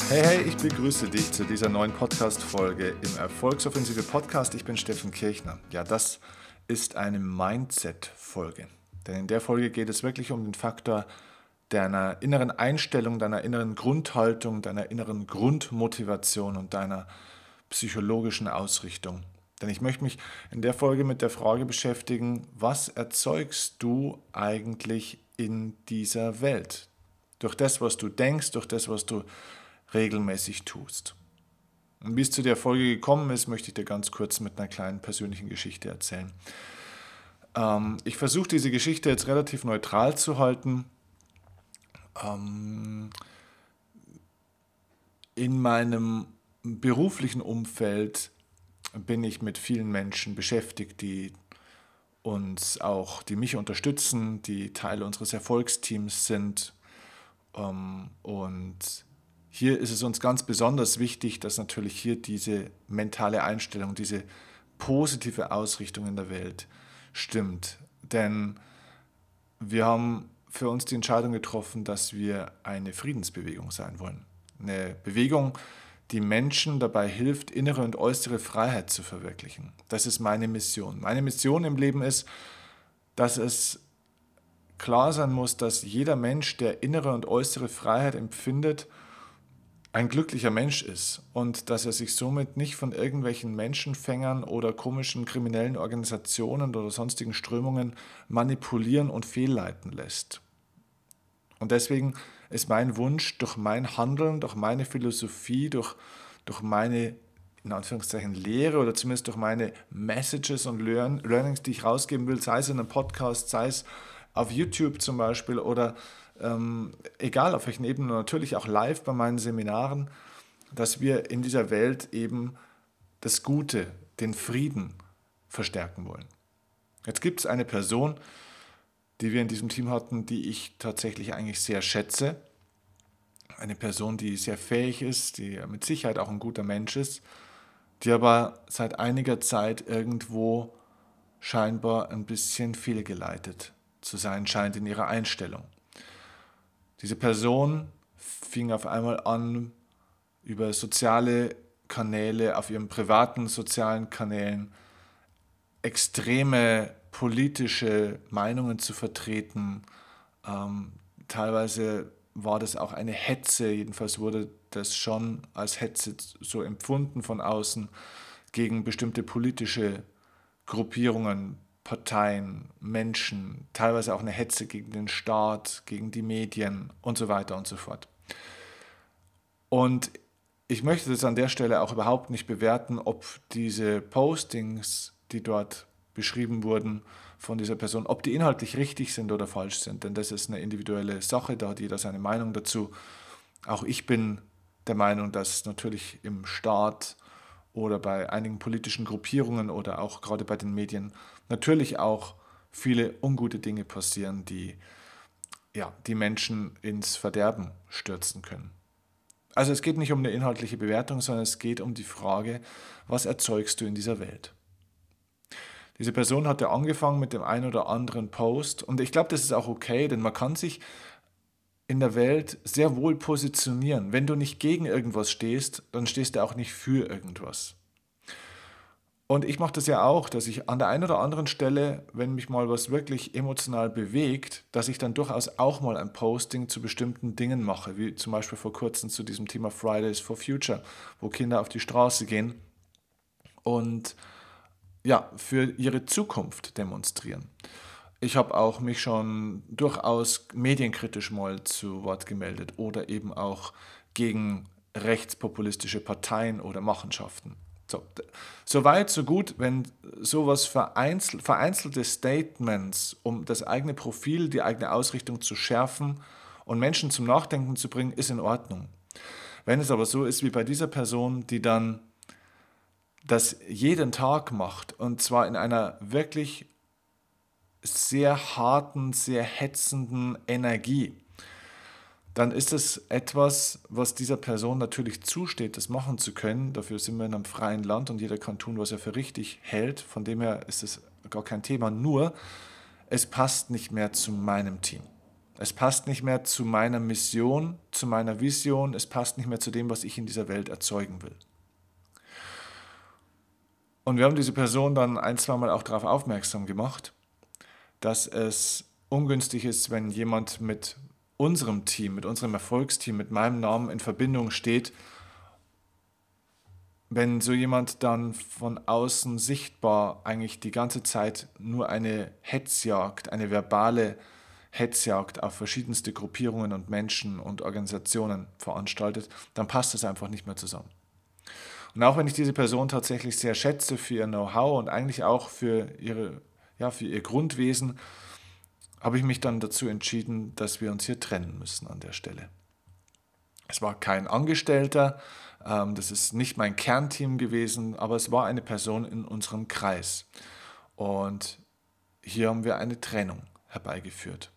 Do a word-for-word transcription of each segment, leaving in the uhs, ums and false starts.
Hey, hey, ich begrüße dich zu dieser neuen Podcast-Folge im Erfolgsoffensive Podcast. Ich bin Steffen Kirchner. Ja, das ist eine Mindset-Folge. Denn in der Folge geht es wirklich um den Faktor deiner inneren Einstellung, deiner inneren Grundhaltung, deiner inneren Grundmotivation und deiner psychologischen Ausrichtung. Denn ich möchte mich in der Folge mit der Frage beschäftigen, was erzeugst du eigentlich in dieser Welt? Durch das, was du denkst, durch das, was du regelmäßig tust. Und wie es zu der Folge gekommen ist, möchte ich dir ganz kurz mit einer kleinen persönlichen Geschichte erzählen. Ähm, ich versuche diese Geschichte jetzt relativ neutral zu halten. Ähm, in meinem beruflichen Umfeld bin ich mit vielen Menschen beschäftigt, die uns auch, die mich unterstützen, die Teile unseres Erfolgsteams sind. Ähm, und hier ist es uns ganz besonders wichtig, dass natürlich hier diese mentale Einstellung, diese positive Ausrichtung in der Welt stimmt. Denn wir haben für uns die Entscheidung getroffen, dass wir eine Friedensbewegung sein wollen. Eine Bewegung, die Menschen dabei hilft, innere und äußere Freiheit zu verwirklichen. Das ist meine Mission. Meine Mission im Leben ist, dass es klar sein muss, dass jeder Mensch, der innere und äußere Freiheit empfindet, ein glücklicher Mensch ist und dass er sich somit nicht von irgendwelchen Menschenfängern oder komischen kriminellen Organisationen oder sonstigen Strömungen manipulieren und fehlleiten lässt. Und deswegen ist mein Wunsch, durch mein Handeln, durch meine Philosophie, durch, durch meine, in Anführungszeichen, Lehre oder zumindest durch meine Messages und Learn, Learnings, die ich rausgeben will, sei es in einem Podcast, sei es auf YouTube zum Beispiel oder ähm, egal auf welchen Ebenen, natürlich auch live bei meinen Seminaren, dass wir in dieser Welt eben das Gute, den Frieden verstärken wollen. Jetzt gibt es eine Person, die wir in diesem Team hatten, die ich tatsächlich eigentlich sehr schätze. Eine Person, die sehr fähig ist, die mit Sicherheit auch ein guter Mensch ist, die aber seit einiger Zeit irgendwo scheinbar ein bisschen fehlgeleitet zu sein scheint in ihrer Einstellung. Diese Person fing auf einmal an, über soziale Kanäle, auf ihren privaten sozialen Kanälen extreme politische Meinungen zu vertreten. Ähm, teilweise war das auch eine Hetze, jedenfalls wurde das schon als Hetze so empfunden von außen gegen bestimmte politische Gruppierungen, Parteien, Menschen, teilweise auch eine Hetze gegen den Staat, gegen die Medien und so weiter und so fort. Und ich möchte das an der Stelle auch überhaupt nicht bewerten, ob diese Postings, die dort beschrieben wurden von dieser Person, ob die inhaltlich richtig sind oder falsch sind. Denn das ist eine individuelle Sache, da hat jeder seine Meinung dazu. Auch ich bin der Meinung, dass natürlich im Staat oder bei einigen politischen Gruppierungen oder auch gerade bei den Medien natürlich auch viele ungute Dinge passieren, die ja, die Menschen ins Verderben stürzen können. Also es geht nicht um eine inhaltliche Bewertung, sondern es geht um die Frage, was erzeugst du in dieser Welt? Diese Person hatte angefangen mit dem einen oder anderen Post und ich glaube, das ist auch okay, denn man kann sich in der Welt sehr wohl positionieren. Wenn du nicht gegen irgendwas stehst, dann stehst du auch nicht für irgendwas. Und ich mache das ja auch, dass ich an der einen oder anderen Stelle, wenn mich mal was wirklich emotional bewegt, dass ich dann durchaus auch mal ein Posting zu bestimmten Dingen mache, wie zum Beispiel vor kurzem zu diesem Thema Fridays for Future, wo Kinder auf die Straße gehen und ja, für ihre Zukunft demonstrieren. Ich habe auch mich schon durchaus medienkritisch mal zu Wort gemeldet oder eben auch gegen rechtspopulistische Parteien oder Machenschaften. So, so weit, so gut, wenn sowas vereinzelt, vereinzelte Statements, um das eigene Profil, die eigene Ausrichtung zu schärfen und Menschen zum Nachdenken zu bringen, ist in Ordnung. Wenn es aber so ist wie bei dieser Person, die dann das jeden Tag macht und zwar in einer wirklich sehr harten, sehr hetzenden Energie, dann ist es etwas, was dieser Person natürlich zusteht, das machen zu können. Dafür sind wir in einem freien Land und jeder kann tun, was er für richtig hält. Von dem her ist es gar kein Thema. Nur, es passt nicht mehr zu meinem Team. Es passt nicht mehr zu meiner Mission, zu meiner Vision, es passt nicht mehr zu dem, was ich in dieser Welt erzeugen will. Und wir haben diese Person dann ein, zwei Mal auch darauf aufmerksam gemacht, dass es ungünstig ist, wenn jemand mit unserem Team, mit unserem Erfolgsteam, mit meinem Namen in Verbindung steht, wenn so jemand dann von außen sichtbar eigentlich die ganze Zeit nur eine Hetzjagd, eine verbale Hetzjagd auf verschiedenste Gruppierungen und Menschen und Organisationen veranstaltet, dann passt das einfach nicht mehr zusammen. Und auch wenn ich diese Person tatsächlich sehr schätze für ihr Know-how und eigentlich auch für ihre, ja, für ihr Grundwesen, habe ich mich dann dazu entschieden, dass wir uns hier trennen müssen an der Stelle. Es war kein Angestellter, ähm, das ist nicht mein Kernteam gewesen, aber es war eine Person in unserem Kreis. Und hier haben wir eine Trennung herbeigeführt.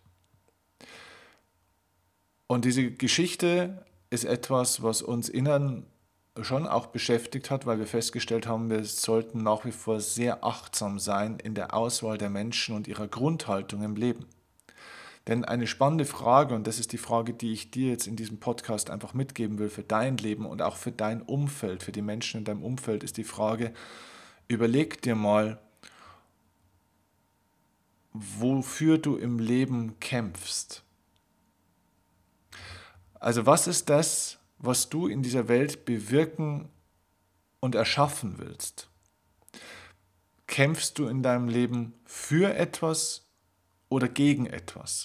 Und diese Geschichte ist etwas, was uns innen schon auch beschäftigt hat, weil wir festgestellt haben, wir sollten nach wie vor sehr achtsam sein in der Auswahl der Menschen und ihrer Grundhaltung im Leben. Denn eine spannende Frage, und das ist die Frage, die ich dir jetzt in diesem Podcast einfach mitgeben will für dein Leben und auch für dein Umfeld, für die Menschen in deinem Umfeld, ist die Frage, überleg dir mal, wofür du im Leben kämpfst. Also was ist das, was du in dieser Welt bewirken und erschaffen willst? Kämpfst du in deinem Leben für etwas oder gegen etwas?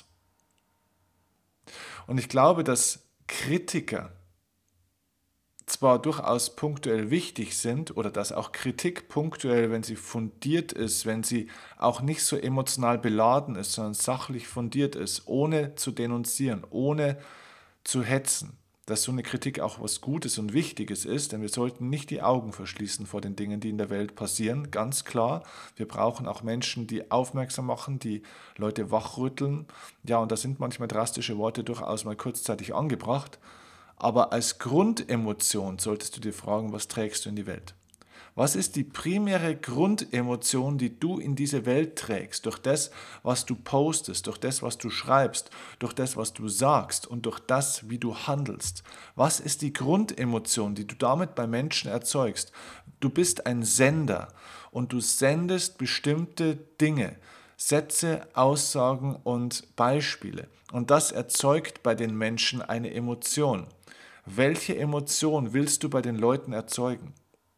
Und ich glaube, dass Kritiker zwar durchaus punktuell wichtig sind oder dass auch Kritik punktuell, wenn sie fundiert ist, wenn sie auch nicht so emotional beladen ist, sondern sachlich fundiert ist, ohne zu denunzieren, ohne zu hetzen, dass so eine Kritik auch was Gutes und Wichtiges ist, denn wir sollten nicht die Augen verschließen vor den Dingen, die in der Welt passieren, ganz klar. Wir brauchen auch Menschen, die aufmerksam machen, die Leute wachrütteln. Ja, und da sind manchmal drastische Worte durchaus mal kurzzeitig angebracht, aber als Grundemotion solltest du dir fragen, was trägst du in die Welt? Was ist die primäre Grundemotion, die du in diese Welt trägst, durch das, was du postest, durch das, was du schreibst, durch das, was du sagst und durch das, wie du handelst? Was ist die Grundemotion, die du damit bei Menschen erzeugst? Du bist ein Sender und du sendest bestimmte Dinge, Sätze, Aussagen und Beispiele. Und das erzeugt bei den Menschen eine Emotion. Welche Emotion willst du bei den Leuten erzeugen?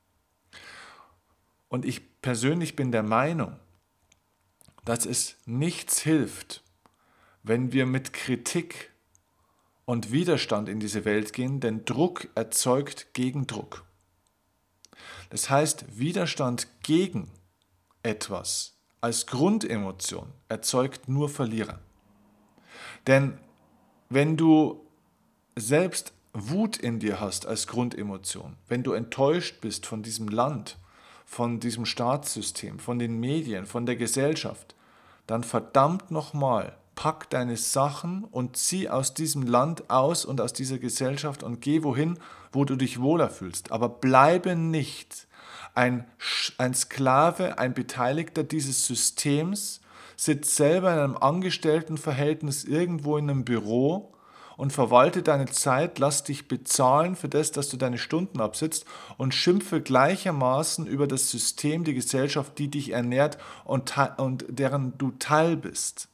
Und ich persönlich bin der Meinung, dass es nichts hilft, wenn wir mit Kritik und Widerstand in diese Welt gehen, denn Druck erzeugt Gegendruck. Das heißt, Widerstand gegen etwas als Grundemotion erzeugt nur Verlierer. Denn wenn du selbst Wut in dir hast als Grundemotion, wenn du enttäuscht bist von diesem Land, von diesem Staatssystem, von den Medien, von der Gesellschaft, dann verdammt nochmal, pack deine Sachen und zieh aus diesem Land aus und aus dieser Gesellschaft und geh wohin, wo du dich wohler fühlst. Aber bleibe nicht ein, ein Sklave, ein Beteiligter dieses Systems, sitz selber in einem Angestelltenverhältnis irgendwo in einem Büro und verwalte deine Zeit, lass dich bezahlen für das, dass du deine Stunden absitzt und schimpfe gleichermaßen über das System, die Gesellschaft, die dich ernährt und, und deren du Teil bist.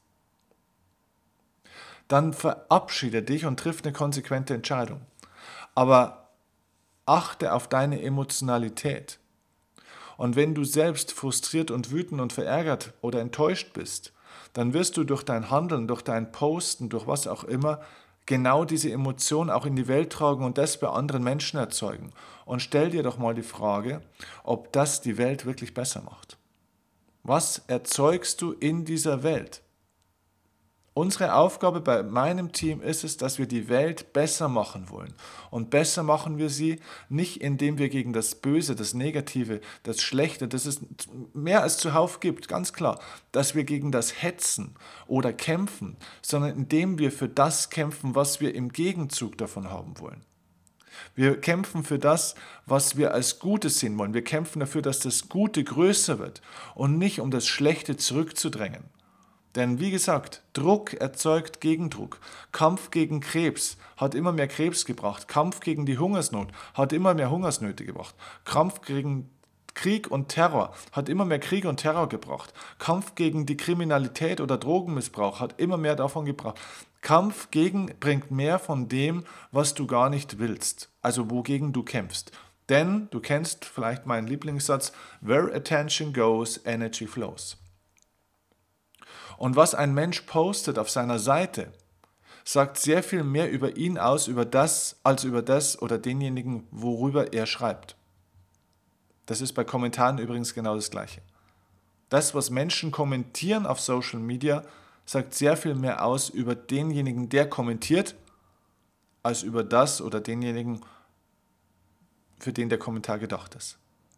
Dann verabschiede dich und triff eine konsequente Entscheidung. Aber achte auf deine Emotionalität. Und wenn du selbst frustriert und wütend und verärgert oder enttäuscht bist, dann wirst du durch dein Handeln, durch dein Posten, durch was auch immer, genau diese Emotion auch in die Welt tragen und das bei anderen Menschen erzeugen. Und stell dir doch mal die Frage, ob das die Welt wirklich besser macht. Was erzeugst du in dieser Welt? Unsere Aufgabe bei meinem Team ist es, dass wir die Welt besser machen wollen. Und besser machen wir sie nicht, indem wir gegen das Böse, das Negative, das Schlechte, das es mehr als zuhauf gibt, ganz klar, dass wir gegen das hetzen oder kämpfen, sondern indem wir für das kämpfen, was wir im Gegenzug davon haben wollen. Wir kämpfen für das, was wir als Gutes sehen wollen. Wir kämpfen dafür, dass das Gute größer wird und nicht um das Schlechte zurückzudrängen. Denn wie gesagt, Druck erzeugt Gegendruck. Kampf gegen Krebs hat immer mehr Krebs gebracht. Kampf gegen die Hungersnot hat immer mehr Hungersnöte gebracht. Kampf gegen Krieg und Terror hat immer mehr Krieg und Terror gebracht. Kampf gegen die Kriminalität oder Drogenmissbrauch hat immer mehr davon gebracht. Kampf gegen bringt mehr von dem, was du gar nicht willst, also wogegen du kämpfst. Denn du kennst vielleicht meinen Lieblingssatz, where attention goes, energy flows. Und was ein Mensch postet auf seiner Seite, sagt sehr viel mehr über ihn aus, über das, als über das oder denjenigen, worüber er schreibt. Das ist bei Kommentaren übrigens genau das Gleiche. Das, was Menschen kommentieren auf Social Media, sagt sehr viel mehr aus über denjenigen, der kommentiert, als über das oder denjenigen, für den der Kommentar gedacht ist.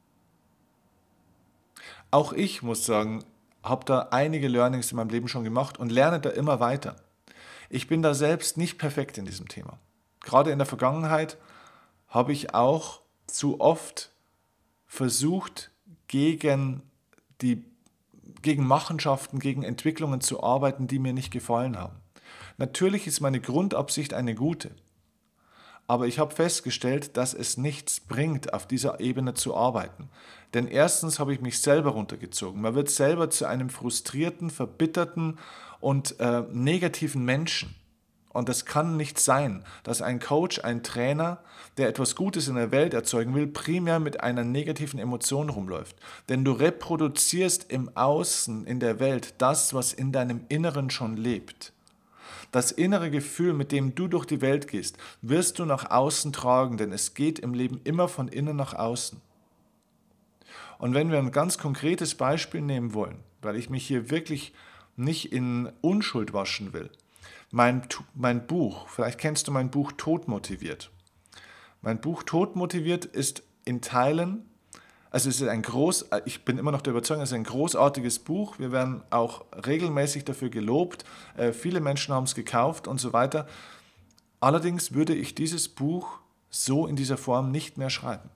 Auch ich muss sagen, habe da einige Learnings in meinem Leben schon gemacht und lerne da immer weiter. Ich bin da selbst nicht perfekt in diesem Thema. Gerade in der Vergangenheit habe ich auch zu oft versucht, gegen die gegen Machenschaften, gegen Entwicklungen zu arbeiten, die mir nicht gefallen haben. Natürlich ist meine Grundabsicht eine gute, aber ich habe festgestellt, dass es nichts bringt, auf dieser Ebene zu arbeiten. Denn erstens habe ich mich selber runtergezogen. Man wird selber zu einem frustrierten, verbitterten und äh, negativen Menschen. Und das kann nicht sein, dass ein Coach, ein Trainer, der etwas Gutes in der Welt erzeugen will, primär mit einer negativen Emotion rumläuft. Denn du reproduzierst im Außen, in der Welt, das, was in deinem Inneren schon lebt. Das innere Gefühl, mit dem du durch die Welt gehst, wirst du nach außen tragen, denn es geht im Leben immer von innen nach außen. Und wenn wir ein ganz konkretes Beispiel nehmen wollen, weil ich mich hier wirklich nicht in Unschuld waschen will, Mein, mein Buch, vielleicht kennst du mein Buch Todmotiviert. Mein Buch Todmotiviert ist in Teilen, also es ist ein groß, ich bin immer noch der Überzeugung, es ist ein großartiges Buch. Wir werden auch regelmäßig dafür gelobt. Äh, viele Menschen haben es gekauft und so weiter. Allerdings würde ich dieses Buch so in dieser Form nicht mehr schreiben.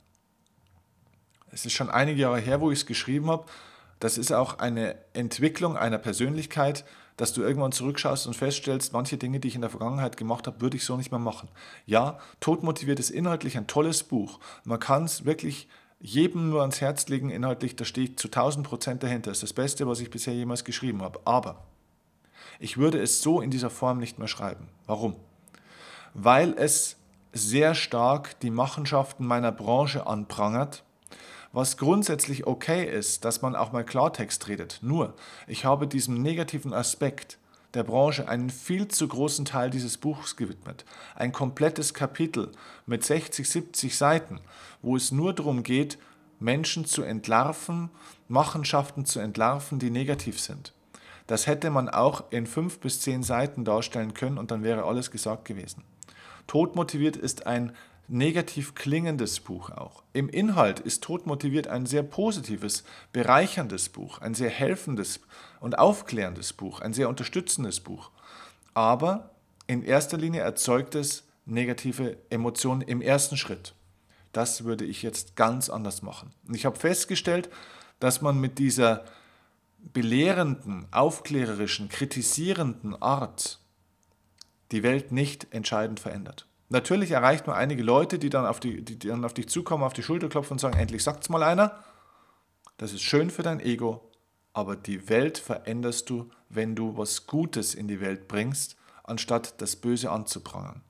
Es ist schon einige Jahre her, wo ich es geschrieben habe. Das ist auch eine Entwicklung einer Persönlichkeit, dass du irgendwann zurückschaust und feststellst, manche Dinge, die ich in der Vergangenheit gemacht habe, würde ich so nicht mehr machen. Ja, Todmotiviert ist inhaltlich ein tolles Buch. Man kann es wirklich jedem nur ans Herz legen, inhaltlich, da stehe ich zu tausend Prozent dahinter. Das ist das Beste, was ich bisher jemals geschrieben habe. Aber ich würde es so in dieser Form nicht mehr schreiben. Warum? Weil es sehr stark die Machenschaften meiner Branche anprangert, was grundsätzlich okay ist, dass man auch mal Klartext redet. Nur, ich habe diesem negativen Aspekt der Branche einen viel zu großen Teil dieses Buchs gewidmet. Ein komplettes Kapitel mit sechzig, siebzig Seiten, wo es nur darum geht, Menschen zu entlarven, Machenschaften zu entlarven, die negativ sind. Das hätte man auch in fünf bis zehn Seiten darstellen können und dann wäre alles gesagt gewesen. Todmotiviert ist ein negativ klingendes Buch auch. Im Inhalt ist Todmotiviert ein sehr positives, bereicherndes Buch, ein sehr helfendes und aufklärendes Buch, ein sehr unterstützendes Buch. Aber in erster Linie erzeugt es negative Emotionen im ersten Schritt. Das würde ich jetzt ganz anders machen. Und ich habe festgestellt, dass man mit dieser belehrenden, aufklärerischen, kritisierenden Art die Welt nicht entscheidend verändert. Natürlich erreicht man einige Leute, die dann, auf die, die dann auf dich zukommen, auf die Schulter klopfen und sagen, endlich sagt's mal einer. Das ist schön für dein Ego, aber die Welt veränderst du, wenn du was Gutes in die Welt bringst, anstatt das Böse anzuprangern.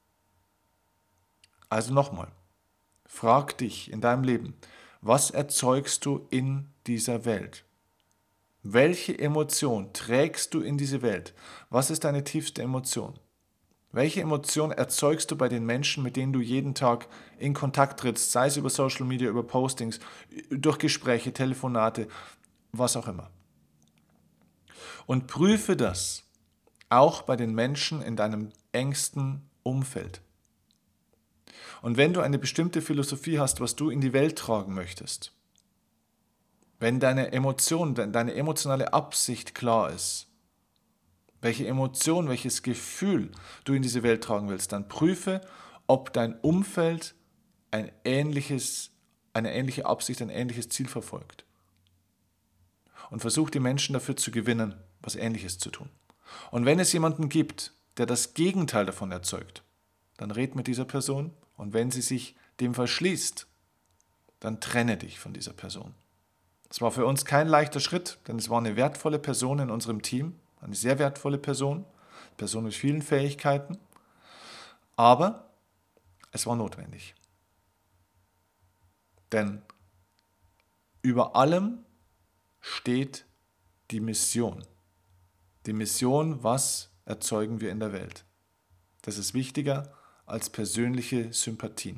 Also nochmal, frag dich in deinem Leben, was erzeugst du in dieser Welt? Welche Emotion trägst du in diese Welt? Was ist deine tiefste Emotion? Welche Emotion erzeugst du bei den Menschen, mit denen du jeden Tag in Kontakt trittst, sei es über Social Media, über Postings, durch Gespräche, Telefonate, was auch immer? Und prüfe das auch bei den Menschen in deinem engsten Umfeld. Und wenn du eine bestimmte Philosophie hast, was du in die Welt tragen möchtest, wenn deine Emotion, deine emotionale Absicht klar ist, welche Emotion, welches Gefühl du in diese Welt tragen willst, dann prüfe, ob dein Umfeld ein ähnliches, eine ähnliche Absicht, ein ähnliches Ziel verfolgt. Und versuch die Menschen dafür zu gewinnen, was Ähnliches zu tun. Und wenn es jemanden gibt, der das Gegenteil davon erzeugt, dann red mit dieser Person und wenn sie sich dem verschließt, dann trenne dich von dieser Person. Es war für uns kein leichter Schritt, denn es war eine wertvolle Person in unserem Team, eine sehr wertvolle Person, eine Person mit vielen Fähigkeiten, aber es war notwendig. Denn über allem steht die Mission. Die Mission, was erzeugen wir in der Welt? Das ist wichtiger als persönliche Sympathien.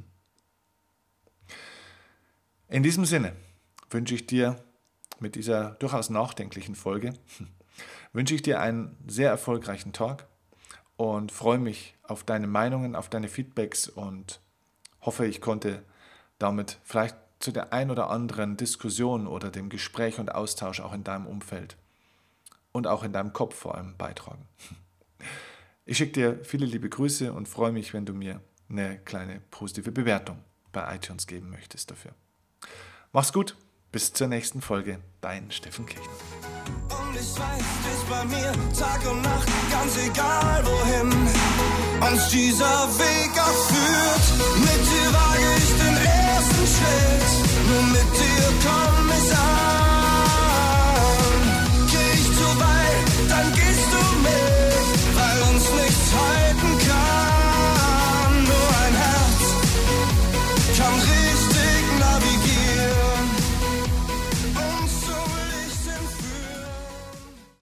In diesem Sinne wünsche ich dir mit dieser durchaus nachdenklichen Folge, wünsche ich dir einen sehr erfolgreichen Tag und freue mich auf deine Meinungen, auf deine Feedbacks und hoffe, ich konnte damit vielleicht zu der ein oder anderen Diskussion oder dem Gespräch und Austausch auch in deinem Umfeld und auch in deinem Kopf vor allem beitragen. Ich schicke dir viele liebe Grüße und freue mich, wenn du mir eine kleine positive Bewertung bei iTunes geben möchtest dafür. Mach's gut, bis zur nächsten Folge, dein Steffen Kirchner. Und ich weiß, du bist bei mir Tag und Nacht, ganz egal wohin uns dieser Weg